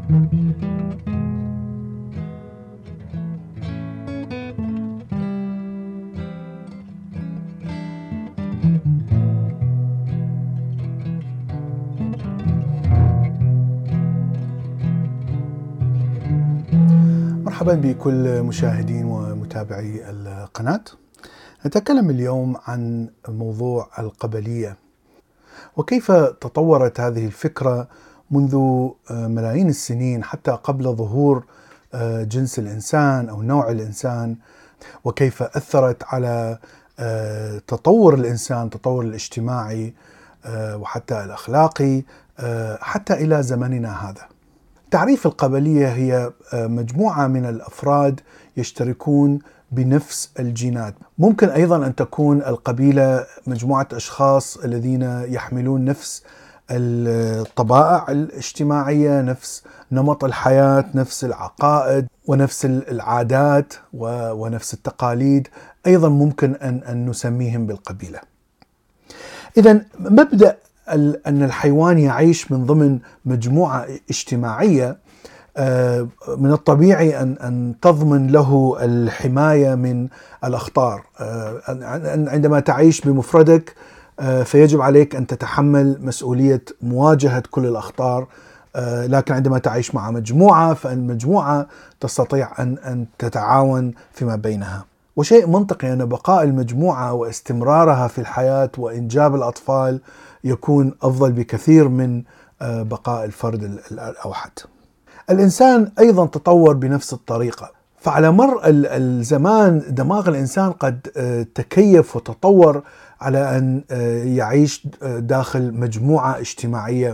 مرحبا بكل مشاهدين ومتابعي القناة. نتكلم اليوم عن موضوع القبلية وكيف تطورت هذه الفكرة منذ ملايين السنين حتى قبل ظهور جنس الإنسان أو نوع الإنسان، وكيف أثرت على تطور الإنسان، تطور الاجتماعي وحتى الأخلاقي حتى إلى زمننا هذا. تعريف القبلية هي مجموعة من الأفراد يشتركون بنفس الجينات. ممكن أيضا أن تكون القبيلة مجموعة أشخاص الذين يحملون نفس الطبائع الاجتماعية، نفس نمط الحياة، نفس العقائد ونفس العادات ونفس التقاليد. أيضا ممكن أن نسميهم بالقبيلة. إذن مبدأ أن الحيوان يعيش من ضمن مجموعة اجتماعية من الطبيعي أن تضمن له الحماية من الأخطار. عندما تعيش بمفردك فيجب عليك أن تتحمل مسؤولية مواجهة كل الأخطار، لكن عندما تعيش مع مجموعة فالمجموعة تستطيع أن تتعاون فيما بينها. وشيء منطقي أن بقاء المجموعة واستمرارها في الحياة وإنجاب الأطفال يكون أفضل بكثير من بقاء الفرد الأوحد. الإنسان أيضا تطور بنفس الطريقة، فعلى مر الزمان دماغ الإنسان قد تكيف وتطور على أن يعيش داخل مجموعة اجتماعية،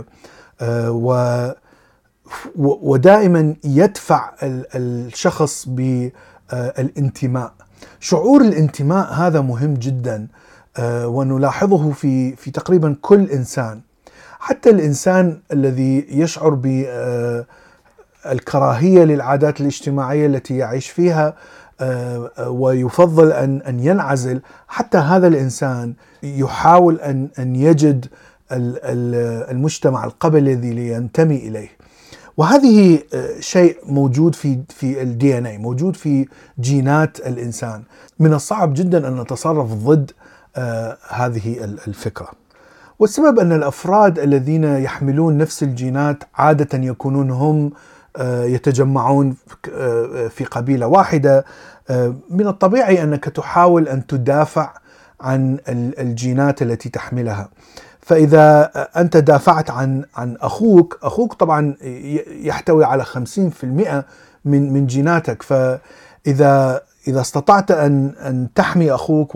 ودائما يدفع الشخص بالانتماء. شعور الانتماء هذا مهم جدا، ونلاحظه في تقريبا كل إنسان. حتى الإنسان الذي يشعر بالكراهية للعادات الاجتماعية التي يعيش فيها ويفضل أن ينعزل، حتى هذا الإنسان يحاول أن يجد المجتمع القبلي الذي لينتمي إليه. وهذه شيء موجود في الدي ان اي، موجود في جينات الإنسان. من الصعب جدا أن نتصرف ضد هذه الفكرة. والسبب أن الأفراد الذين يحملون نفس الجينات عادة يكونون هم يتجمعون في قبيلة واحدة. من الطبيعي أنك تحاول أن تدافع عن الجينات التي تحملها. فإذا أنت دافعت عن أخوك طبعا يحتوي على 50% من جيناتك، فإذا استطعت أن تحمي أخوك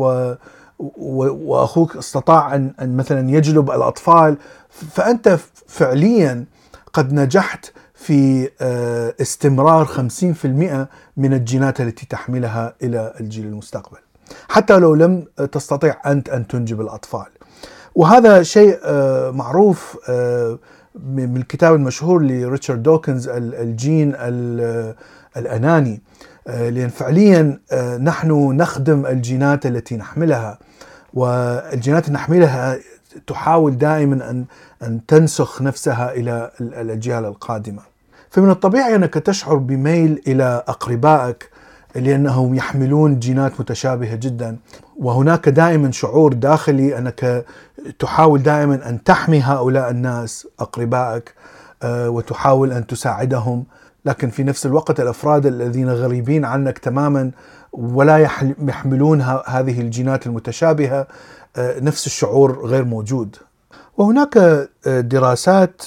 وأخوك استطاع أن مثلا يجلب الأطفال، فأنت فعليا قد نجحت في استمرار 50% من الجينات التي تحملها إلى الجيل المستقبل، حتى لو لم تستطيع أنت أن تنجب الأطفال. وهذا شيء معروف من الكتاب المشهور لريتشارد دوكنز، الجين الأناني، لأن فعليا نحن نخدم الجينات التي نحملها، والجينات اللي نحملها تحاول دائما أن تنسخ نفسها إلى الأجيال القادمة. فمن الطبيعي أنك تشعر بميل إلى أقربائك لأنهم يحملون جينات متشابهة جدا، وهناك دائما شعور داخلي أنك تحاول دائما أن تحمي هؤلاء الناس أقربائك وتحاول أن تساعدهم. لكن في نفس الوقت الأفراد الذين غريبين عنك تماما ولا يحملون هذه الجينات المتشابهة، نفس الشعور غير موجود. وهناك دراسات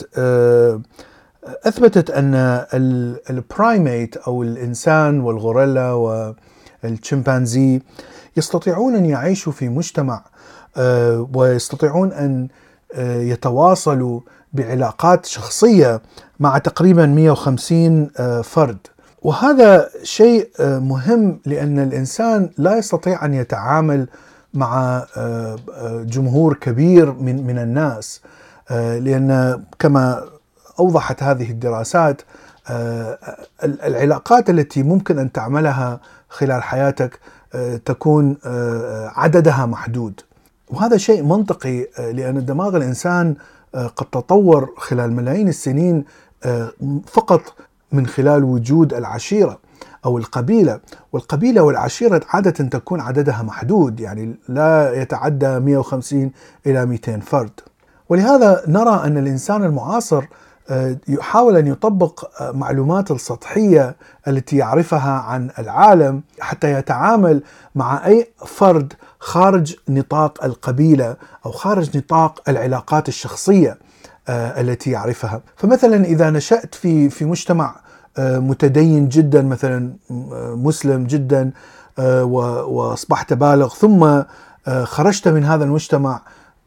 أثبتت أن البرايميت أو الإنسان والغوريلا والشمبانزي يستطيعون أن يعيشوا في مجتمع ويستطيعون أن يتواصلوا بعلاقات شخصية مع تقريبا 150 فرد. وهذا شيء مهم لأن الإنسان لا يستطيع أن يتعامل مع جمهور كبير من الناس، لأن كما أوضحت هذه الدراسات العلاقات التي ممكن أن تعملها خلال حياتك تكون عددها محدود. وهذا شيء منطقي لأن دماغ الإنسان قد تطور خلال ملايين السنين فقط من خلال وجود العشيرة أو القبيلة. والقبيلة والعشيرة عادة تكون عددها محدود، يعني لا يتعدى 150 إلى 200 فرد. ولهذا نرى أن الإنسان المعاصر يحاول أن يطبق معلومات السطحية التي يعرفها عن العالم حتى يتعامل مع أي فرد خارج نطاق القبيلة أو خارج نطاق العلاقات الشخصية التي يعرفها. فمثلا إذا نشأت في مجتمع متدين جدا، مثلا مسلم جدا، وأصبحت بالغ، ثم خرجت من هذا المجتمع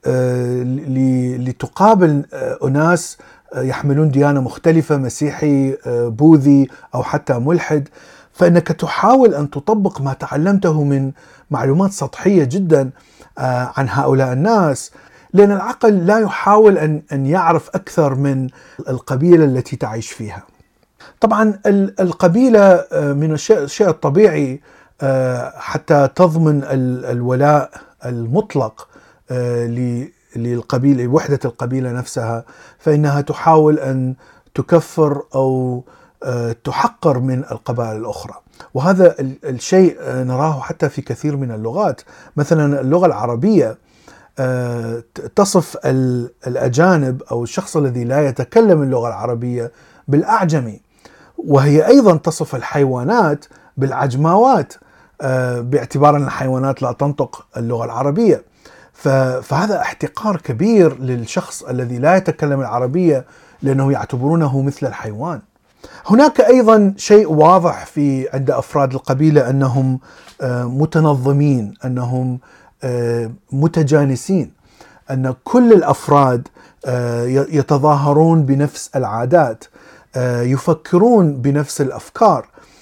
لتقابل أناس يحملون ديانة مختلفة، مسيحي، بوذي، أو حتى ملحد، فإنك تحاول أن تطبق ما تعلمته من معلومات سطحية جدا عن هؤلاء الناس، لأن العقل لا يحاول أن يعرف أكثر من القبيلة التي تعيش فيها. طبعا القبيلة من الشيء الطبيعي حتى تضمن الولاء المطلق للقبيلة، وحدة القبيلة نفسها، فإنها تحاول أن تكفر أو تحقر من القبائل الأخرى. وهذا الشيء نراه حتى في كثير من اللغات. مثلا اللغة العربية تصف الأجانب أو الشخص الذي لا يتكلم اللغة العربية بالأعجمي، وهي أيضا تصف الحيوانات بالعجماوات باعتبار أن الحيوانات لا تنطق اللغة العربية. فهذا احتقار كبير للشخص الذي لا يتكلم العربية، لأنه يعتبرونه مثل الحيوان. هناك أيضا شيء واضح عند أفراد القبيلة، أنهم متنظمين، أنهم متجانسين، أن كل الأفراد يتظاهرون بنفس العادات، يفكرون بنفس الأفكار.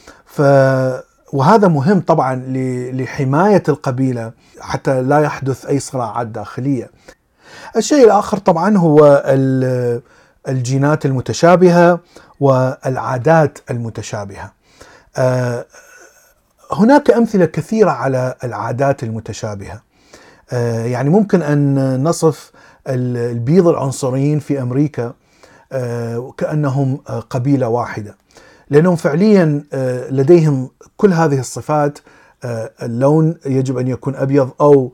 وهذا مهم طبعا لحماية القبيلة حتى لا يحدث أي صراعات داخلية. الشيء الآخر طبعا هو الجينات المتشابهة والعادات المتشابهة. هناك أمثلة كثيرة على العادات المتشابهة. يعني ممكن أن نصف البيض العنصريين في أمريكا كأنهم قبيلة واحدة، لأنهم فعليا لديهم كل هذه الصفات. اللون يجب أن يكون أبيض،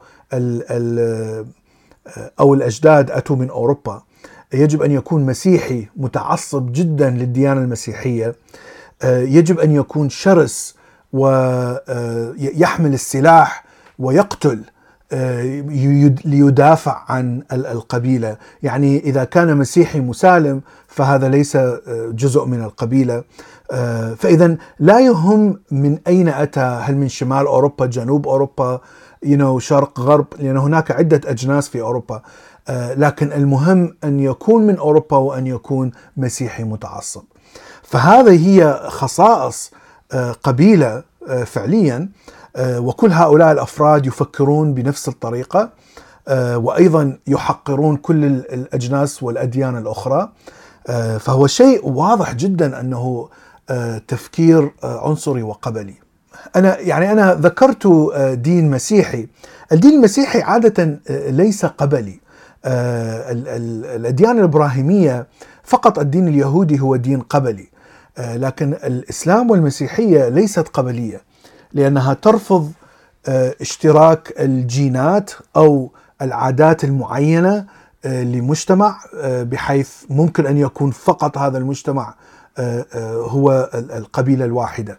أو الأجداد أتوا من أوروبا. يجب أن يكون مسيحي متعصب جدا للديانة المسيحية. يجب أن يكون شرس ويحمل السلاح ويقتل ليدافع عن القبيلة. يعني إذا كان مسيحي مسالم فهذا ليس جزء من القبيلة. فإذا لا يهم من أين أتى، هل من شمال أوروبا، جنوب أوروبا، شرق، غرب، لأن هناك عدة أجناس في أوروبا. لكن المهم أن يكون من أوروبا وأن يكون مسيحي متعصب. فهذه هي خصائص قبيلة فعليا، وكل هؤلاء الأفراد يفكرون بنفس الطريقة، وأيضا يحقرون كل الأجناس والأديان الأخرى. فهو شيء واضح جدا أنه تفكير عنصري وقبلي. أنا ذكرت دين مسيحي. الدين المسيحي عادة ليس قبلي. الأديان الإبراهيمية فقط، الدين اليهودي هو دين قبلي، لكن الإسلام والمسيحية ليست قبلية، لأنها ترفض اشتراك الجينات أو العادات المعينة لمجتمع، بحيث ممكن أن يكون فقط هذا المجتمع هو القبيلة الواحدة.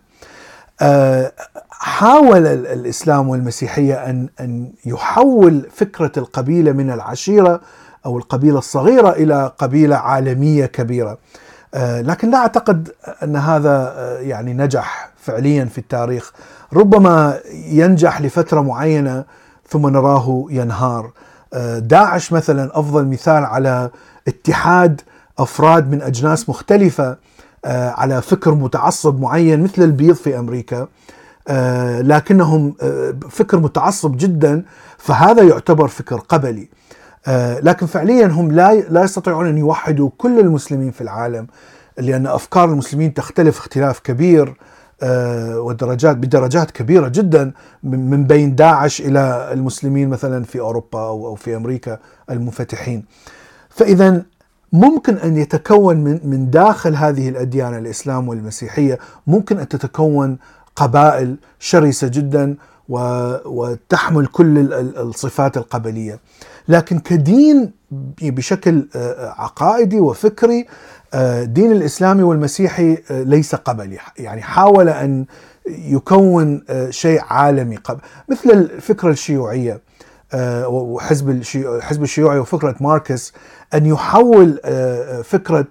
حاول الإسلام والمسيحية أن يحول فكرة القبيلة من العشيرة أو القبيلة الصغيرة إلى قبيلة عالمية كبيرة، لكن لا أعتقد أن هذا يعني نجح فعليا في التاريخ. ربما ينجح لفترة معينة ثم نراه ينهار. داعش مثلا أفضل مثال على اتحاد أفراد من أجناس مختلفة على فكر متعصب معين، مثل البيض في أمريكا، لكنهم فكر متعصب جدا، فهذا يعتبر فكر قبلي. لكن فعليا هم لا يستطيعون أن يوحدوا كل المسلمين في العالم، لأن أفكار المسلمين تختلف اختلاف كبير بدرجات كبيرة جدا، من بين داعش إلى المسلمين مثلا في أوروبا أو في أمريكا المنفتحين. فإذا ممكن أن يتكون من داخل هذه الأديان، الإسلام والمسيحية، ممكن أن تتكون قبائل شرسة جدا وتحمل كل الصفات القبلية. لكن كدين بشكل عقائدي وفكري، دين الإسلامي والمسيحي ليس قبلي، يعني حاول أن يكون شيء عالمي مثل الفكرة الشيوعية وحزب الشيوعي وفكرة ماركس، أن يحول فكرة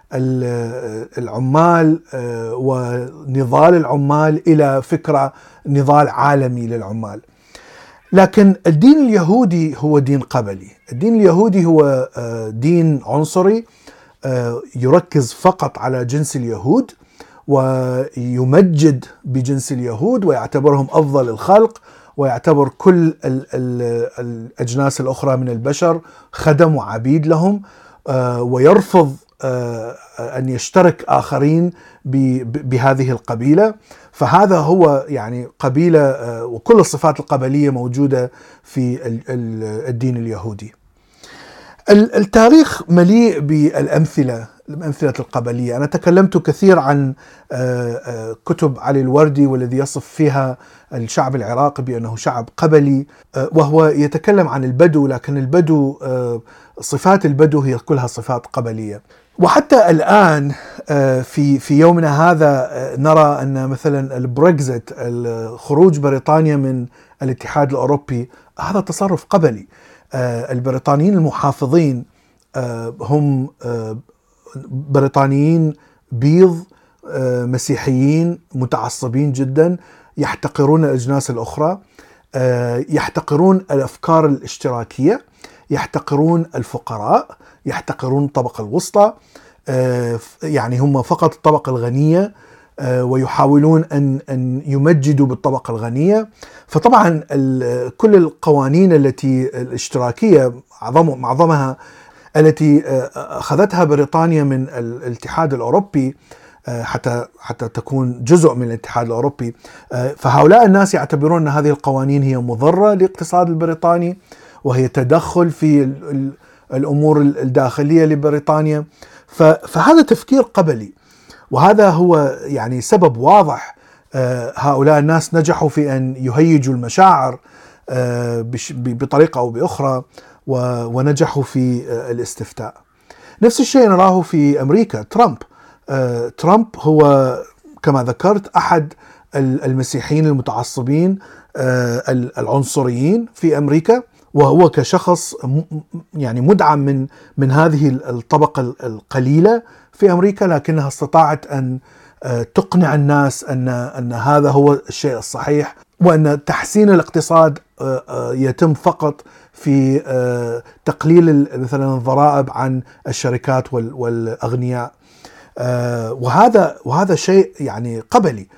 العمال ونضال العمال إلى فكرة نضال عالمي للعمال. لكن الدين اليهودي هو دين قبلي. الدين اليهودي هو دين عنصري يركز فقط على جنس اليهود، ويمجد بجنس اليهود ويعتبرهم أفضل الخلق، ويعتبر كل الأجناس الأخرى من البشر خدم وعبيد لهم، ويرفض أن يشترك آخرين بهذه القبيلة. فهذا هو يعني قبيلة، وكل الصفات القبلية موجودة في الدين اليهودي. التاريخ مليء بالأمثلة القبلية. أنا تكلمت كثير عن كتب علي الوردي، والذي يصف فيها الشعب العراقي بأنه شعب قبلي، وهو يتكلم عن البدو، لكن البدو صفات البدو هي كلها صفات قبلية. وحتى الآن في يومنا هذا نرى أن مثلا البريكزيت، خروج بريطانيا من الاتحاد الأوروبي، هذا تصرف قبلي. البريطانيين المحافظين هم بريطانيين بيض مسيحيين متعصبين جدا، يحتقرون الأجناس الأخرى، يحتقرون الأفكار الاشتراكية، يحتقرون الفقراء، يحتقرون الطبقة الوسطى، يعني هم فقط الطبقة الغنية، ويحاولون أن يمجدوا بالطبقة الغنية. فطبعا كل القوانين الاشتراكية معظمها التي أخذتها بريطانيا من الاتحاد الأوروبي حتى تكون جزء من الاتحاد الأوروبي، فهؤلاء الناس يعتبرون أن هذه القوانين هي مضرة للاقتصاد البريطاني، وهي تدخل في الأمور الداخلية لبريطانيا. فهذا تفكير قبلي، وهذا هو يعني سبب واضح. هؤلاء الناس نجحوا في أن يهيجوا المشاعر بطريقة أو بأخرى، ونجحوا في الاستفتاء. نفس الشيء نراه في أمريكا. ترامب هو كما ذكرت أحد المسيحيين المتعصبين العنصريين في أمريكا، وهو كشخص يعني مدعم من هذه الطبقة القليلة في أمريكا، لكنها استطاعت أن تقنع الناس أن هذا هو الشيء الصحيح، وأن تحسين الاقتصاد يتم فقط في تقليل مثلا الضرائب عن الشركات والأغنياء. وهذا شيء يعني قبلي،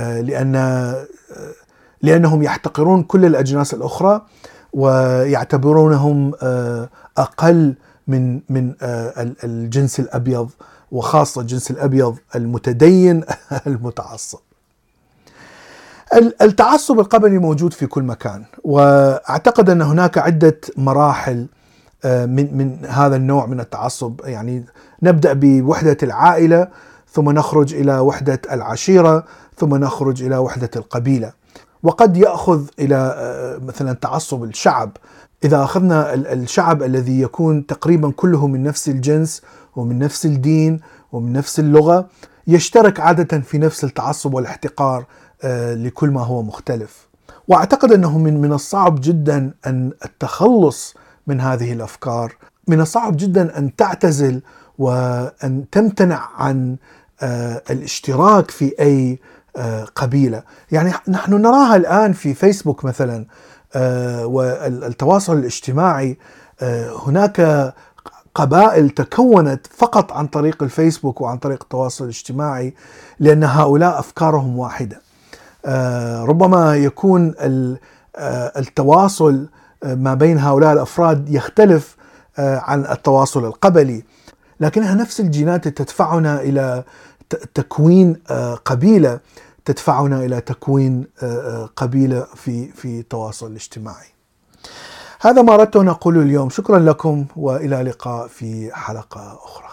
لأنهم يحتقرون كل الأجناس الأخرى، ويعتبرونهم أقل من الجنس الأبيض، وخاصة الجنس الأبيض المتدين المتعصب. التعصب القبلي موجود في كل مكان، وأعتقد أن هناك عدة مراحل من هذا النوع من التعصب. يعني نبدأ بوحدة العائلة، ثم نخرج إلى وحدة العشيرة، ثم نخرج إلى وحدة القبيلة، وقد يأخذ إلى مثلا تعصب الشعب. إذا أخذنا الشعب الذي يكون تقريبا كله من نفس الجنس ومن نفس الدين ومن نفس اللغة، يشترك عادة في نفس التعصب والاحتقار لكل ما هو مختلف. وأعتقد أنه من الصعب جدا أن التخلص من هذه الأفكار، من الصعب جدا أن تعتزل وأن تمتنع عن الاشتراك في أي قبيلة. يعني نحن نراها الآن في فيسبوك مثلا والتواصل الاجتماعي، هناك قبائل تكونت فقط عن طريق الفيسبوك وعن طريق التواصل الاجتماعي، لأن هؤلاء أفكارهم واحدة. ربما يكون التواصل ما بين هؤلاء الأفراد يختلف عن التواصل القبلي، لكنها نفس الجينات تدفعنا إلى تكوين قبيلة، تدفعنا إلى تكوين قبيلة في التواصل الاجتماعي. هذا ما أردت أن أقوله اليوم. شكرا لكم وإلى لقاء في حلقة أخرى.